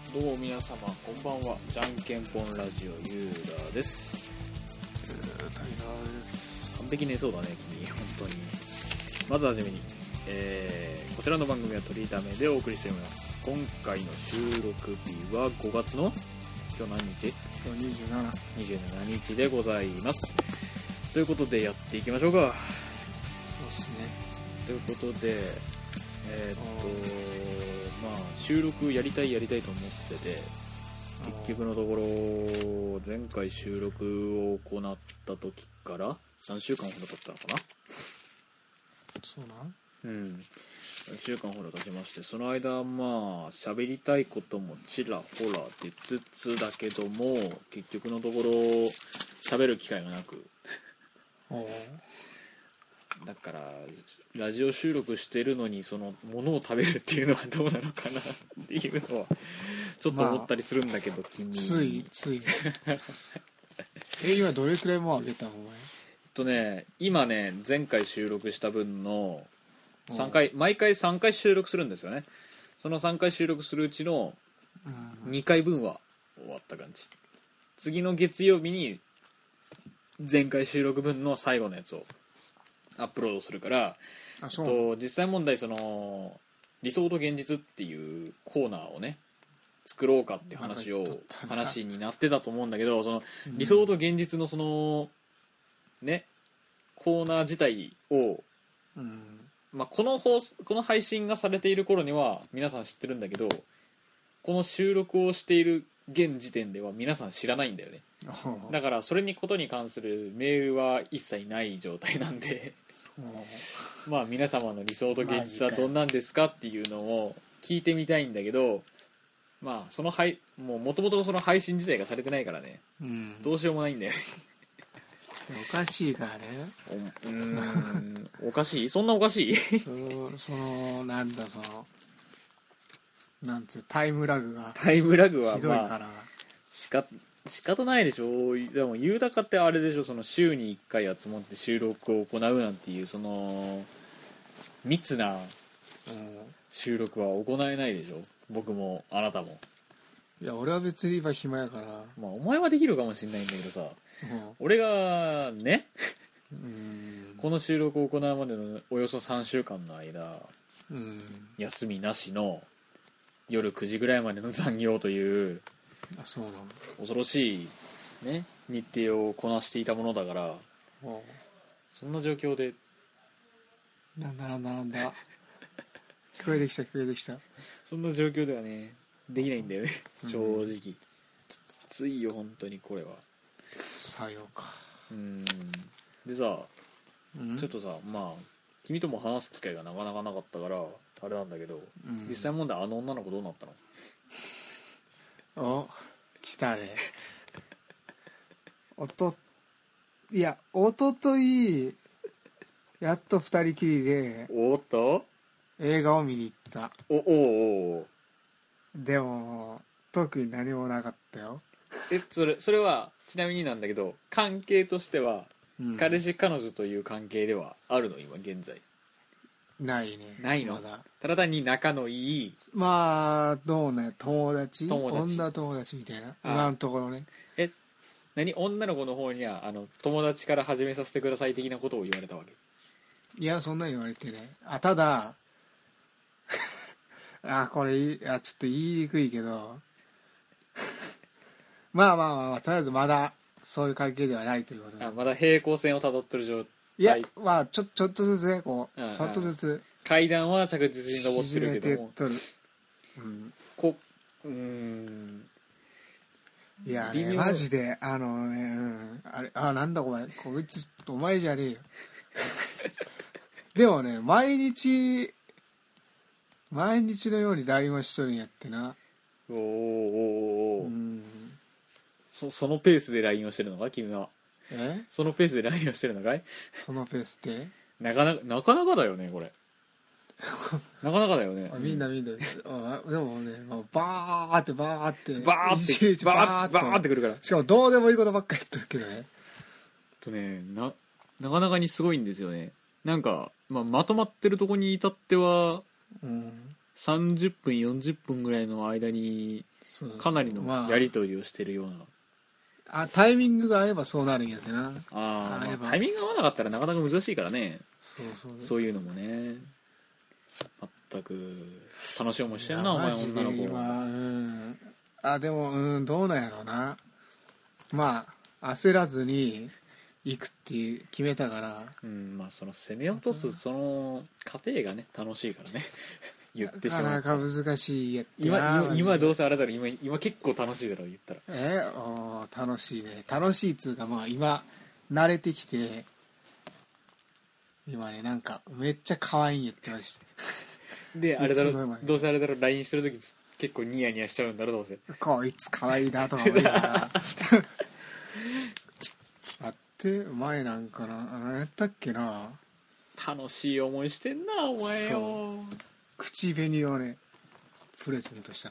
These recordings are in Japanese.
どうも皆様こんばんは。じゃんけんぽんラジオユーダです。 タイラーです。 完璧寝そうだね君、本当に。まずはじめに、こちらの番組は取りためでお送りしております。今回の収録日は5月の今日何日？ 今日 27日でございます。ということでやっていきましょうか。 そうですね。 ということで収録やりたいと思ってて、結局のところ前回収録を行った時から3週間ほど経ったのかな。 そうなん？ 3週間ほど経ちまして、その間喋りたいこともちらほら出つつだけども、結局のところ喋る機会がなくだからラジオ収録してるのにその物を食べるっていうのはどうなのかなっていうのはちょっと思ったりするんだけど、君つい今どれくらいもうあげたのお前？ 今ね、前回収録した分の3回、毎回3回収録するんですよね。その3回収録するうちの2回分は終わった感じ。次の月曜日に前回収録分の最後のやつをアップロードするから、実際問題その理想と現実っていうコーナーをね作ろうかっていう話になってたと思うんだけど、その理想と現実のそのねコーナー自体を、この配信がされている頃には皆さん知ってるんだけど、この収録をしている現時点では皆さん知らないんだよね。だからそれにことに関するメールは一切ない状態なんで皆様の理想と現実はどんなんですかっていうのを聞いてみたいんだけど、そのもともとのその配信自体がされてないからね、どうしようもないんだよねおかしいからね。 おかしい？そんなおかしい？ なんつうタイムラグはひどいから、仕方ないでしょ。でも言うたかってあれでしょ、その週に1回集まって収録を行うなんていうその密な収録は行えないでしょ。僕もあなたも。 いや俺は別に今暇やから、 お前はできるかもしれないんだけどさ、俺がねこの収録を行うまでのおよそ3週間の間、休みなしの夜9時ぐらいまでの残業というそうなの恐ろしいね日程をこなしていたものだから、そんな状況でなんだ聞こえてきたそんな状況ではねできないんだよね正直、きついよ本当にこれは。 さようか。 でさ、ちょっとさ君とも話す機会がなかなかなかったからあれなんだけど、実際問題あの女の子どうなったの？ 来たねおとといやっと二人きりで映画を見に行った。でも特に何もなかったよ。 それはちなみになんだけど、関係としては、彼氏彼女という関係ではあるの今現在？ ないね。 ないの？ まだただ単に仲のいいどうね、友達女友達みたいな今のところね。 女の子の方には友達から始めさせてください的なことを言われたわけ？ いやそんなに言われてね。ただこれちょっと言いにくいけどとりあえずまだそういう関係ではないということで、 まだ平行線をたどってる状態。 いやちょっとずつねちょっとずつ階段は着実に登ってるけどもいやねマジであれなんだお前こいつお前じゃねえよでもね毎日のように LINE をしとるんやってな。 そのペースで LINE をしてるのか君は？そのペースで LINE をしてるのかい？ そのペースでなかなかだよねこれなかなかだよね。 みんなでもねバーってくるから、 しかもどうでもいいことばっかり言っとるけどねなかなかにすごいんですよね。なんか、まとまってるとこに至っては、30分40分ぐらいの間にそうそうかなりのまあやり取りをしてるような、 タイミングが合えばそうなるんやつな。 まあやっぱタイミングが合わなかったらなかなか難しいからね、 そうそういうのもね。全く楽しい思いしてんなお前マジで女の子。 今でもどうなんやろうな。まあ焦らずに行くって決めたから、 まあその攻め落とすその過程がね楽しいからね言ってしまう。 なかなか難しいやってな。 今どうせあれだろ、今結構楽しいだろ言ったら。 楽しいね。楽しいっつうか、まあ今慣れてきて、今ねなんかめっちゃ可愛いんやってました。 であれだろ、 いつの間にどうせあれだろ LINE してる時結構ニヤニヤしちゃうんだろどうせ。 こいつ可愛いなとか思いながら待って前なんかな、何やったっけな、 楽しい思いしてんなお前よ。 口紅をねプレゼントした。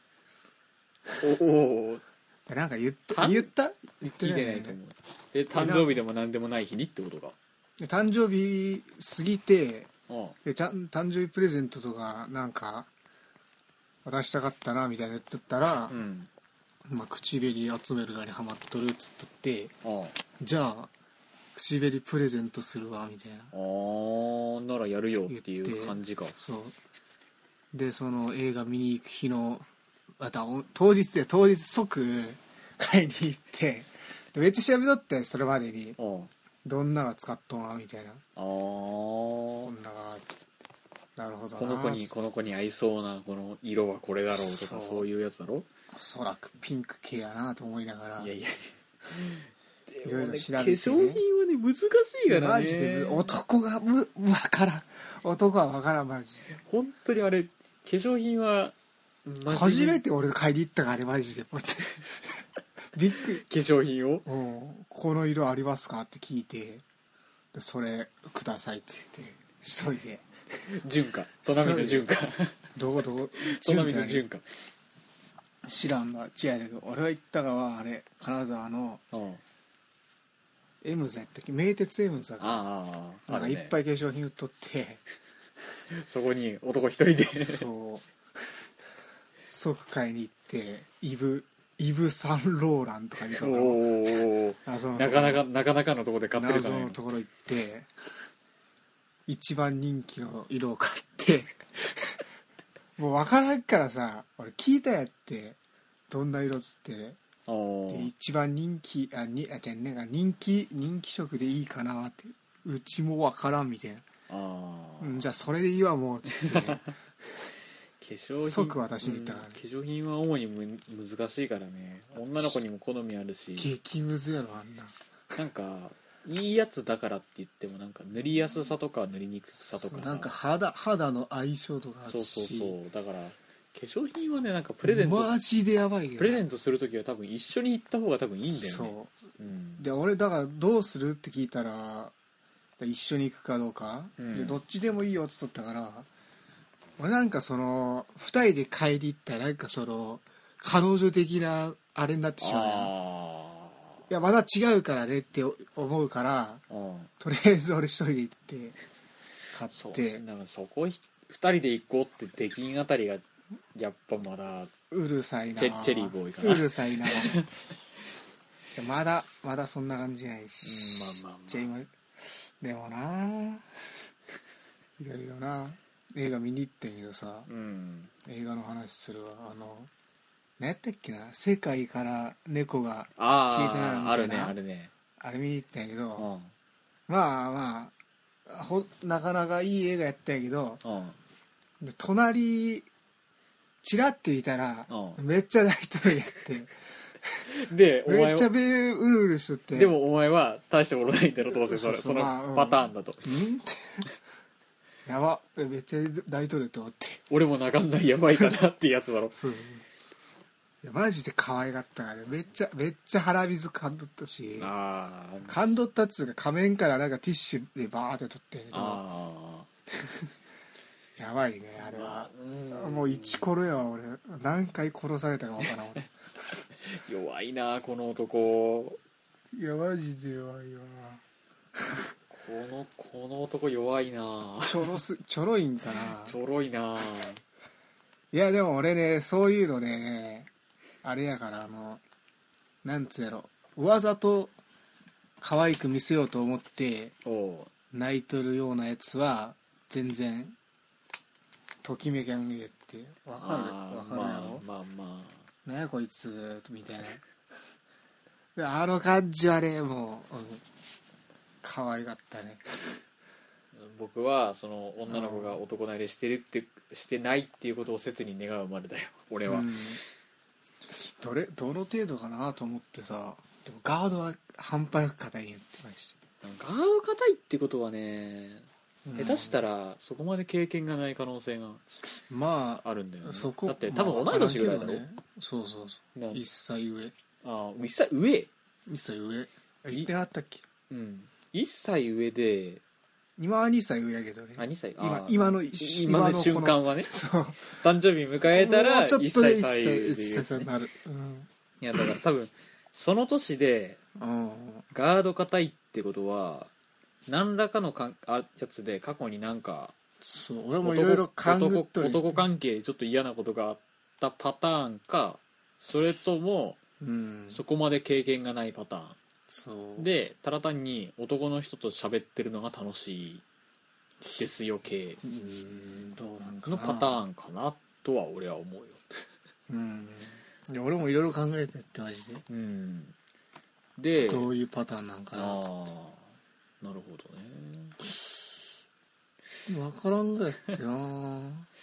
おなんか言った聞いてねないと思う。で誕生日でも何でもない日にってことか。 で誕生日過ぎて、 うんで誕生日プレゼントとかなんか渡したかったなみたいな言っとったら、 うんまあ、口紅集める側にハマっとるっつっとって、 あじゃあ口紅プレゼントするわみたいなならやるよってい言って、 う感じか。 そうでその映画見に行く日の当日即買いに行ってでめっちゃ調べとってそれまでにどんなが使っとんわみたいな、こんながなるほどな、 この子に合いそうなこの色はこれだろうとかそういうやつだろ。 おそらくピンク系やなと思いながらいやいやいろいろ調べて、ね、 化粧品はね難しいからね。 マジで男が分からん、男は分からんマジで。 本当にあれ化粧品は初めて俺買いに行ったからあれマジでびっくり。 化粧品をこの色ありますかって聞いて、でそれくださいっつって一人で純か戸波の純かどこ戸波の純か知らんの違うけど、俺が行ったがはあれ金沢のエムズやったっけ、名鉄エムズだからなんかいっぱい化粧品売っとってそこに男一人でそう即買いに行ってイブ・サンローランとか見たのなかなかのとこで買ってるじゃないの。 謎のところ行って一番人気の色を買ってもう分からんからさ、俺聞いたやってどんな色っつって、で一番人気人気色でいいかなって、うちも分からんみたいな、じゃあそれでいいわもうっつって化粧品即私に言ったからね、 化粧品は主に難しいからね。女の子にも好みあるし、 激ムズやろあんな。 なんかいいやつだからって言ってもなんか塗りやすさとか塗りにくさとかさ、 なんか肌の相性とかあるし、 そうだから化粧品はねなんかプレゼントマジでやばいよ、 プレゼントするときは多分一緒に行った方が多分いいんだよね。 そう、で俺だからどうするって聞いたら一緒に行くかどうか、でどっちでもいいよって言ったから、俺なんかその2人で帰り行ったらなんかその彼女的なあれになってしまうよ。いやまだ違うからねって思うから、とりあえず俺一人で行って買って、 だからそこ2人で行こうってできんあたりがやっぱまだうるさいな、 チェリーボーイかな。 うるさいなまだそんな感じないし、じゃあ今でもないろいろな映画見に行ったんやけどさ、映画の話するわ。何やったっけな、世界から猫が消えてないみたいな、 あるねあれ見に行ったんやけど、まあなかなかいい映画やったんやけど、で隣チラッて見たら、めっちゃ泣いとるんやってでめっちゃ目うるうるしとって、 でもお前は大したことないんだろどうせそのパターンだと、 やばめっちゃ泣いとると思って、 俺も泣かんないやばいかなってやつだろそういやマジで可愛がったからね、めっちゃ腹水かんどったし、かんどったっつうか仮面からなんかティッシュでバーって取ってんけどやばいねあれは、もうイチコロやわ俺、何回殺されたか分からん俺弱いなこの男。 いやマジで弱いわこの男弱いな。 ちょろいんかな、 ちょろいな。 いやでも俺ねそういうのねあれやからなんつうやろ、わざと可愛く見せようと思ってお泣いとるようなやつは全然ときめけんげってわかるやろ、 まあなんやこいつみたいなで感じはねもう、可愛かったね。 僕はその女の子が男慣れしてないっていうことを切に願うまでだよ俺は、 どの程度かなと思ってさ、でもガードは半端なく硬いねってましガード硬いってことはね、下手したらそこまで経験がない可能性がまああるんだよね。 そこだって多分同い年ぐらいだろ、 ね、そう1歳上、 1歳上 1歳上言ってなかったっけ。 1歳上で今は2歳上やけどね。 2歳今の瞬間はねそう誕生日迎えたら1歳差 1歳になる、 いやだから多分その年でガード硬いってことは何らかのやつで過去になんかそう俺もいろいろ男関係でちょっと嫌なことがあったパターンか、それとも、そこまで経験がないパターンそうでただ単に男の人と喋ってるのが楽しいですよ系どうなんかなのパターンかなとは俺は思うよ。 いや俺もいろいろ考えてってマジで、 でどういうパターンなんかなっつって。 なるほどね。 分からんがやってな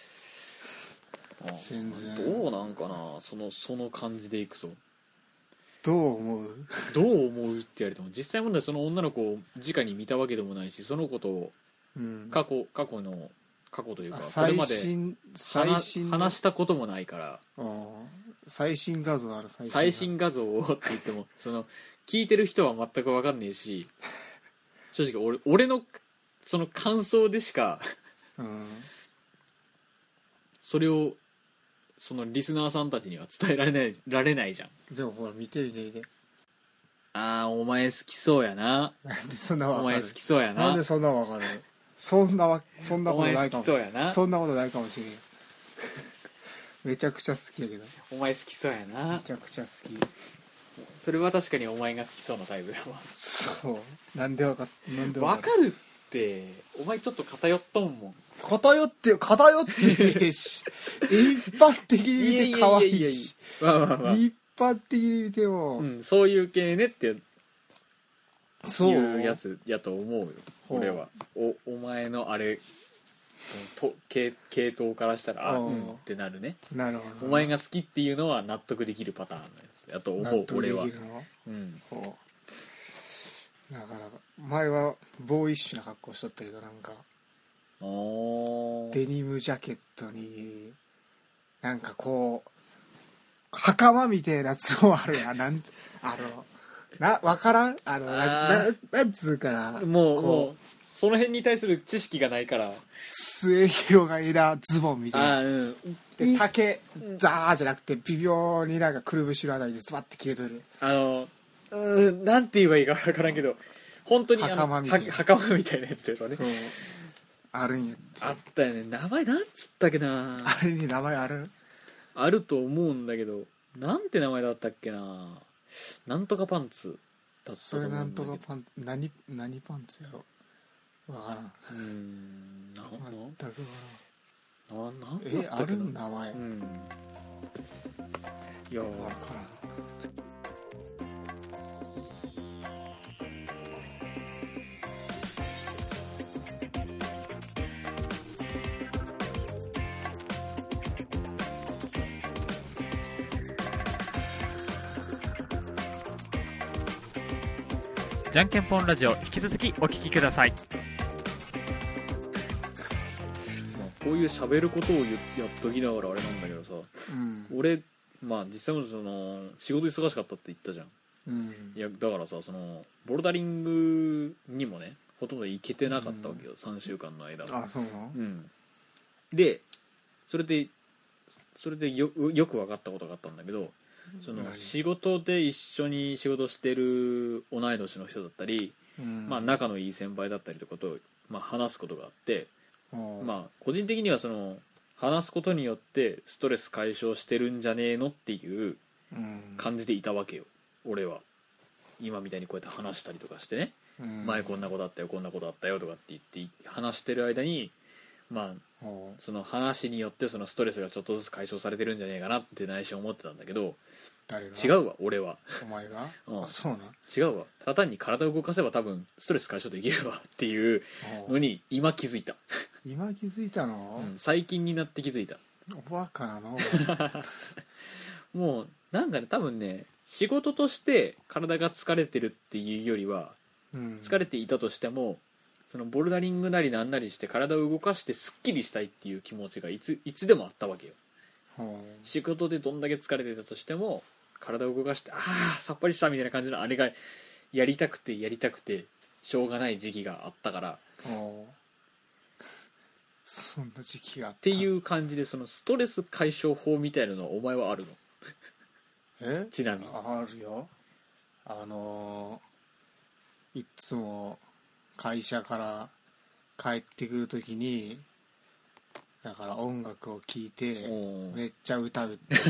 全然どうなんかな、その感じでいくとどう思うって言われても実際問題その女の子を直に見たわけでもないし、その子と過去というかこれまで話したこともないから、 最新画像ある最新画像をって言ってもその聞いてる人は全く分かんねえし正直俺のその感想でしかそれをそのリスナーさんたちには伝えられないじゃん。 でもほら見てお前好きそうやな。 なんでそんな分かる。 お前好きそうやな。 なんでそんな分かる。そんなことないかも。 お前好きそうやな。 そんなことないかもしれん。めちゃくちゃ好きやけど。 お前好きそうやな。 めちゃくちゃ好き。 それは確かにお前が好きそうなタイプだわ。 そうなんで分かるってお前ちょっと偏っとんもん。 偏ってし一般的に見て可愛いし、一般的に見ても、 そういう系ねっていうやつやと思うよ俺は。お前のあれ系統からしたらってなるね。 なるほど。 お前が好きっていうのは納得できるパターンのやつだと思う俺は。 だから前はボーイッシュな格好しとったけど、なんかデニムジャケットになんかこう袴みたいなズボンあるやん、分からんなんつうかな、 もうその辺に対する知識がないから末広がりなズボンみたいな、で丈ザーじゃなくて微妙になんかくるぶしのあたりでズバッて切れとる、 なんて言えばいいか分からんけど本当に袴みたいなやつだよね。 あるんやって。 あったよね。名前なんつったっけな。 あれに名前あると思うんだけど、なんて名前だったっけな。なんとかパンツだったと思うんだけど。 それなんとかパン何パンツやろわからん。全くわからん。ある名前。いやわからん。 じゃんけんぽんラジオ引き続きお聞きください。こういう喋ることをやっときながらあれなんだけどさ、俺実際もその仕事忙しかったって言ったじゃん、いやだからさ、そのボルダリングにもねほとんど行けてなかったわけよ、3週間の間は。 そうなの。 でそれでよく分かったことがあったんだけど、その仕事で一緒に仕事してる同い年の人だったり、仲のいい先輩だったりとかと、話すことがあって、個人的にはその話すことによってストレス解消してるんじゃねえのっていう感じていたわけよ、俺は。今みたいにこうやって話したりとかしてね、前こんなことあったよこんなことあったよとかって言って話してる間に、まあその話によってそのストレスがちょっとずつ解消されてるんじゃねえかなって内心思ってたんだけど、 誰が？ 違うわ俺は。 お前が？ うん、 そうなん？ 違うわ、ただ単に体を動かせば多分ストレス解消できるわっていうのに今気づいた。 今気づいたの？ 最近になって気づいた。 おバカなの？ もうなんかね、多分ね、仕事として体が疲れてるっていうよりは、疲れていたとしてもそのボルダリングなりなんなりして体を動かしてスッキリしたいっていう気持ちがいつでもあったわけよ。仕事でどんだけ疲れてたとしても体を動かしてさっぱりしたみたいな感じのあれがやりたくてしょうがない時期があったから、 そんな時期があったっていう感じで、そのストレス解消法みたいなのはお前はあるの？ちなみに。 あるよ。いつも会社から帰ってくるときにだから音楽を聴いてめっちゃ歌うって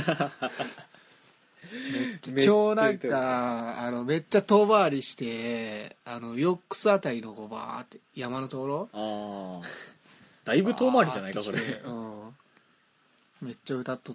今日なんかめっちゃ遠回りしてヨックスあたりのこうバーって山のところ、 だいぶ遠回りじゃないかそれ。 めっちゃ歌っとった。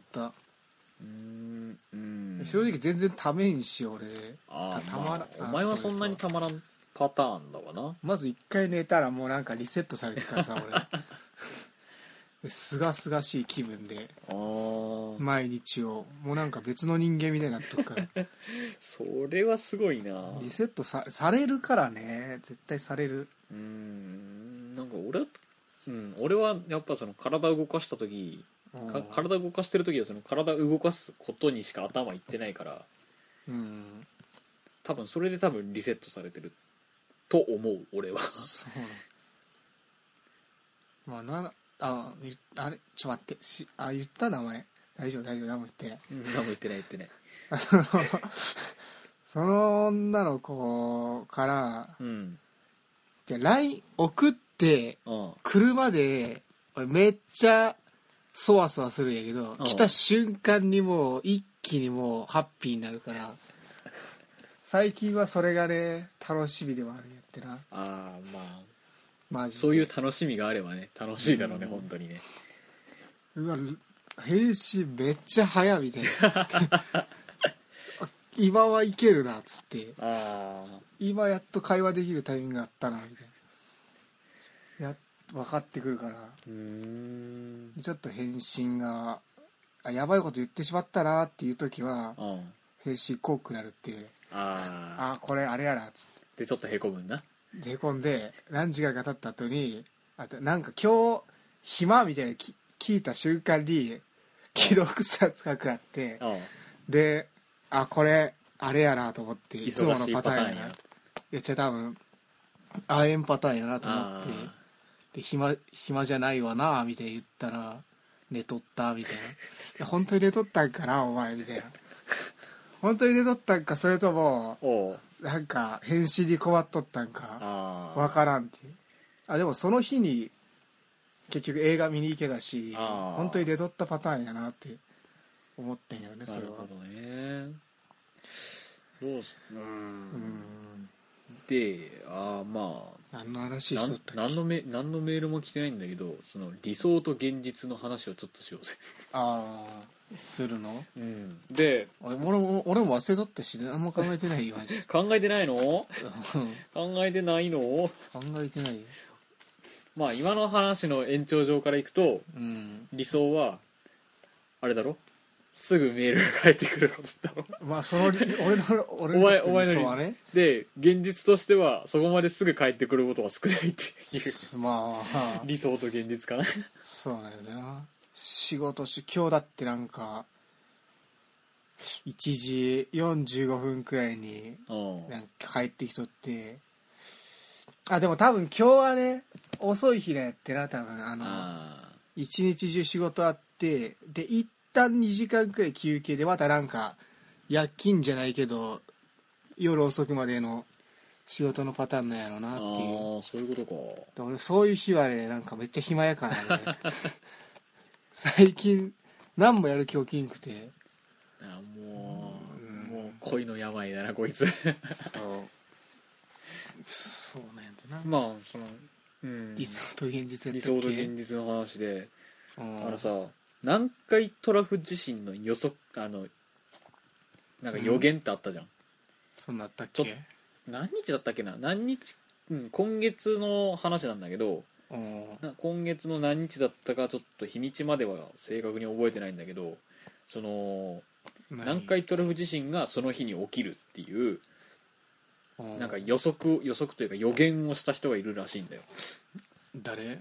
正直全然ためんし俺たまらん。 お前はそんなにたまらんパターンだわな。 まず一回寝たらもうなんかリセットされるからさ俺すがすがしい気分で毎日をもうなんか別の人間みたいになっとくからそれはすごいな。 リセットされるからね、絶対される。 なんか俺はやっぱその体を動かした時、体を動かしてる時はその体を動かすことにしか頭いってないから、多分それでリセットされてると思う俺は。 そうまああれちょっと待って言った名前大丈夫何も言ってない。 何も言ってないその女の子から、LINE 送って車で俺めっちゃそわそわするんやけど、来た瞬間にもう一気にもうハッピーになるから最近はそれがね楽しみではあるんやってな。マジでそういう楽しみがあればね楽しいだろうね、本当にね。 うわ返信めっちゃ早みたいな今はいけるなっつって、今やっと会話できるタイミングがあったなみたいな分かってくるから、ちょっと返信がやばいこと言ってしまったなっていう時は、返信濃くなるっていう、これあれやなっつってでちょっとへこむんな。 へこんで何時間か経った後になんか今日暇みたいな聞いた瞬間に既読さがくなって、でこれあれやなと思って、いつものパターンやな、いや多分えんパターンやなと思って、で暇じゃないわなみたいに言ったら寝とったみたいな。いや本当に寝とったんかなお前みたいな本当に寝とったんかそれともなんか返信に困っとったんか分からんっていう。でもその日に結局映画見に行けたし、本当に寝とったパターンやなって思ってんよねそれは。なるほどね。 どうすで何の話しとったっけ。 何のメールも来てないんだけど、その理想と現実の話をちょっとしようぜ。 するの？ で俺も忘れとったし何も考えてないよマジで。 考えてないの？考えてないの？ 考えてない。 今の話の延長上からいくと、理想はあれだろ、すぐメールが返ってくることだろ。 その俺の理想はね。 で現実としてはそこまですぐ返ってくることが少ないっていう理想と現実かな。 そうなんだよな。仕事今日だってなんか1時45分くらいになんか帰ってきとって、でも多分今日はね遅い日だやってな、多分一日中仕事あって、で一旦2時間くらい休憩でまたなんか夜勤じゃないけど夜遅くまでの仕事のパターンなんやろなっていう。 そういうことか。 俺そういう日はねなんかめっちゃ暇やからね最近何もやる気起きんくて。 もう恋の病だなこいつそうなんだな。 まあその、 理想と現実理やったっけ。 想と現実の話で、 うんさ、南海トラフ地震の予測なんか予言ってあったじゃん、 そんなあったっけ。 何日だったっけな、何日、今月の話なんだけど、今月の何日だったかちょっと日にちまでは正確に覚えてないんだけど、その南海トラフ地震がその日に起きるっていうなんか予測というか予言をした人がいるらしいんだよ。 誰？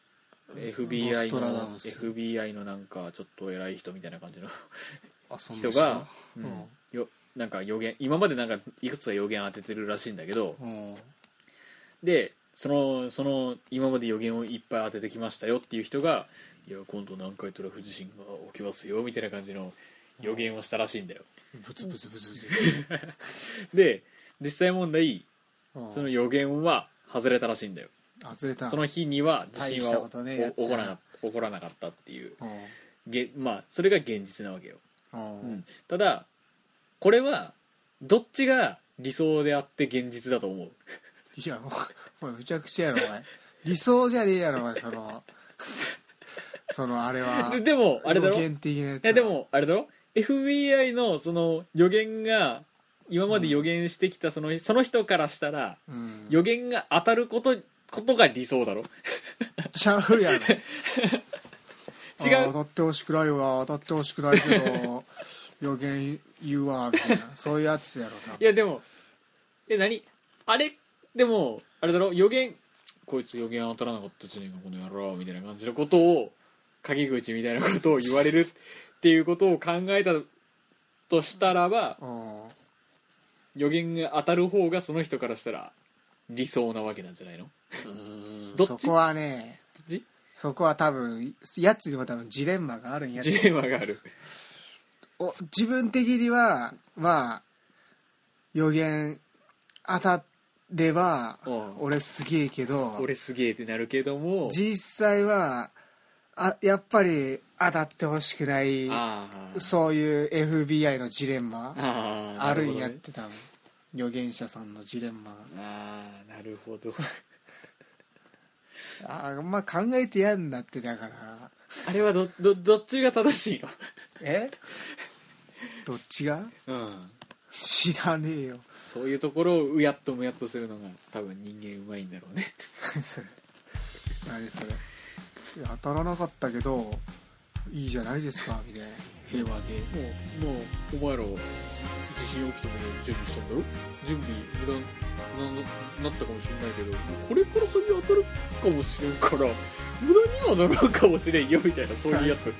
FBI のなんかちょっと偉い人みたいな感じの人人が、なんか予言、今までなんかいくつか予言当ててるらしいんだけど、でその今まで予言をいっぱい当ててきましたよっていう人が、いや今度南海トラフ地震が起きますよみたいな感じの予言をしたらしいんだよ。 ブツブツブツブツで実際問題その予言は外れたらしいんだよ。 外れた。 その日には地震は起こらなかったっていう、まあそれが現実なわけよ。ただこれはどっちが理想であって現実だと思う？ いやもうむちゃくちゃやろお前。理想じゃねえやろお前そのあれは。 でもあれだろ。 予言的なやつ。 いやでもあれだろ。FBI のその予言が今まで予言してきたその人からしたら、予言が当たることが理想だろ。 ちゃうやろ。 違う。 当たってほしくないわ、当たってほしくないけど予言言うわみたいな、そういうやつやろ。 いやでも何あれでもあれだろ、予言こいつ予言当たらなかったじゃねえかこの野郎みたいな感じのことを陰口みたいなことを言われるっていうことを考えたとしたらば、予言が当たる方がその人からしたら理想なわけなんじゃないの？どっち？ そこはね、そこは多分やつにも多分ジレンマがあるんや。 ジレンマがある。 自分的にはまあ予言当たれば俺すげえけど、 俺すげえってなるけども実際はやっぱり当たってほしくない、そういう FBI のジレンマあるんやって多分預言者さんのジレンマ。 なるほど。 まあ考えてやんなって。だからあれはどっちが正しいの？ どっちが？知らねえよ。 そういうところをうやっとむやっとするのが多分人間うまいんだろうね。 それ何それ。当たらなかったけどいいじゃないですかみたいな、平和で。 もうお前ら地震起きたもの準備したんだろ。準備無駄なったかもしれないけど、これから先当たるかもしれんから無駄にはならんかもしれんよみたいな、そういうやつ。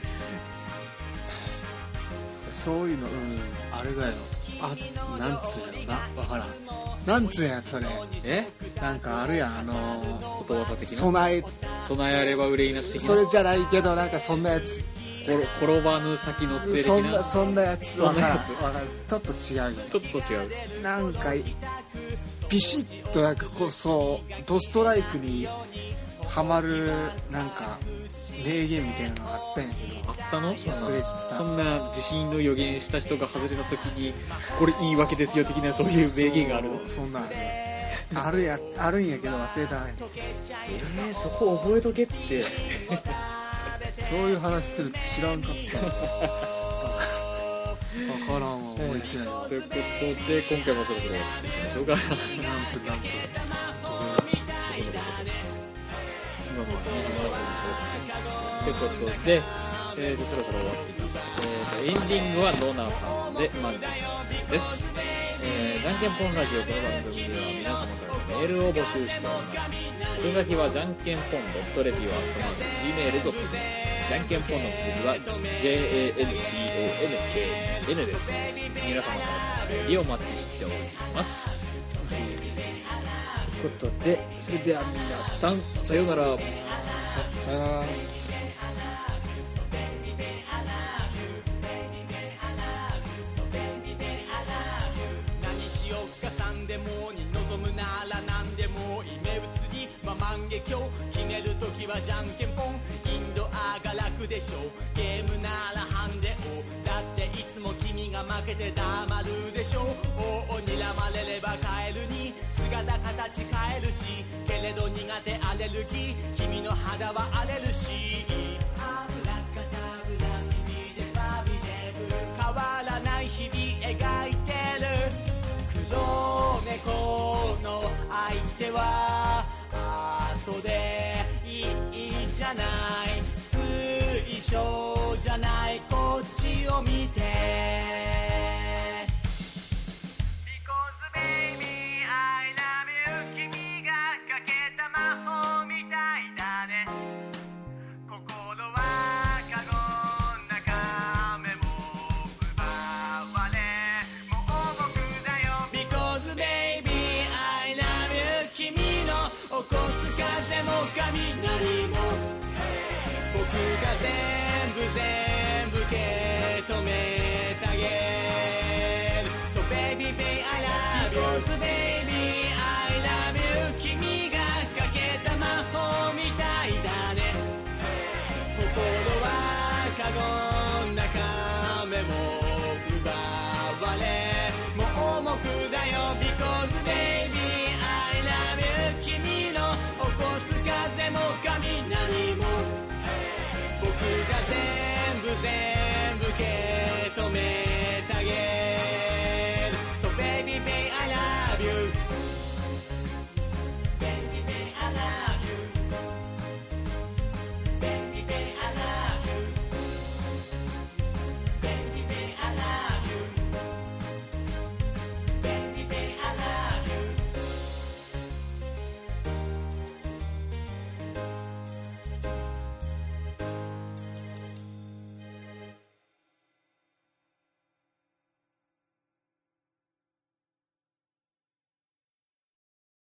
そういうのあれだよ。なんつうんやろな、わからん。なんつうんやそれ。なんかあるやん、 ことわざ的な備えあれば憂いなし的な。 それじゃないけど、なんかそんなやつ。 転ばぬ先の杖的な。 そんなやつ。わからん。ちょっと違うよ。 ちょっと違う。 なんかビシッとなんかそうドストライクにはまるなんか名言みたいなのがあったんやけど。 あったの？ 忘れちゃった。 そんな地震の予言した人が外れた時にこれいいわけですよ的な、そういう名言があるの？ そんなあるんやけど忘れたね。 そこ覚えとけってそういう話するって知らんかった分からんわ、覚えてないわ。 ということで今回もそろそろやっていきましょうか。 何分今も23分でしょうか。ということで、そろそろ終わっていきます。エンディングはドナーさんで満足です。じゃんけんぽんラジオ、この番組では皆様からのメールを募集しております。宛先はじゃんけんぽん.radio@gmail.com、じゃんけんぽんの続きは JANPONKN です。皆様からのメールをお待ちしております。ということで、それでは皆さんさようなら。 さよなら。 でもに望むなら何でも夢うつには万華鏡、決めるときはじゃんけんぽん、インドアが楽でしょう、ゲームならハンデを、だっていつも君が負けて黙るでしょう。王を睨まれればカエルに姿形変えるし、けれど苦手アレルギー、君の肌は荒れるし、アブラカタブラ耳でバビデブ、変わらない日々描いてる。黒猫の相手は後でいいじゃない、推奨じゃない、こっちを見て。 Because baby I love you 君がかけた魔法みたいだね、心はカゴの中メモ奪われもう僕だよ。 Because baby I love you 君の起こす風も雷も僕が全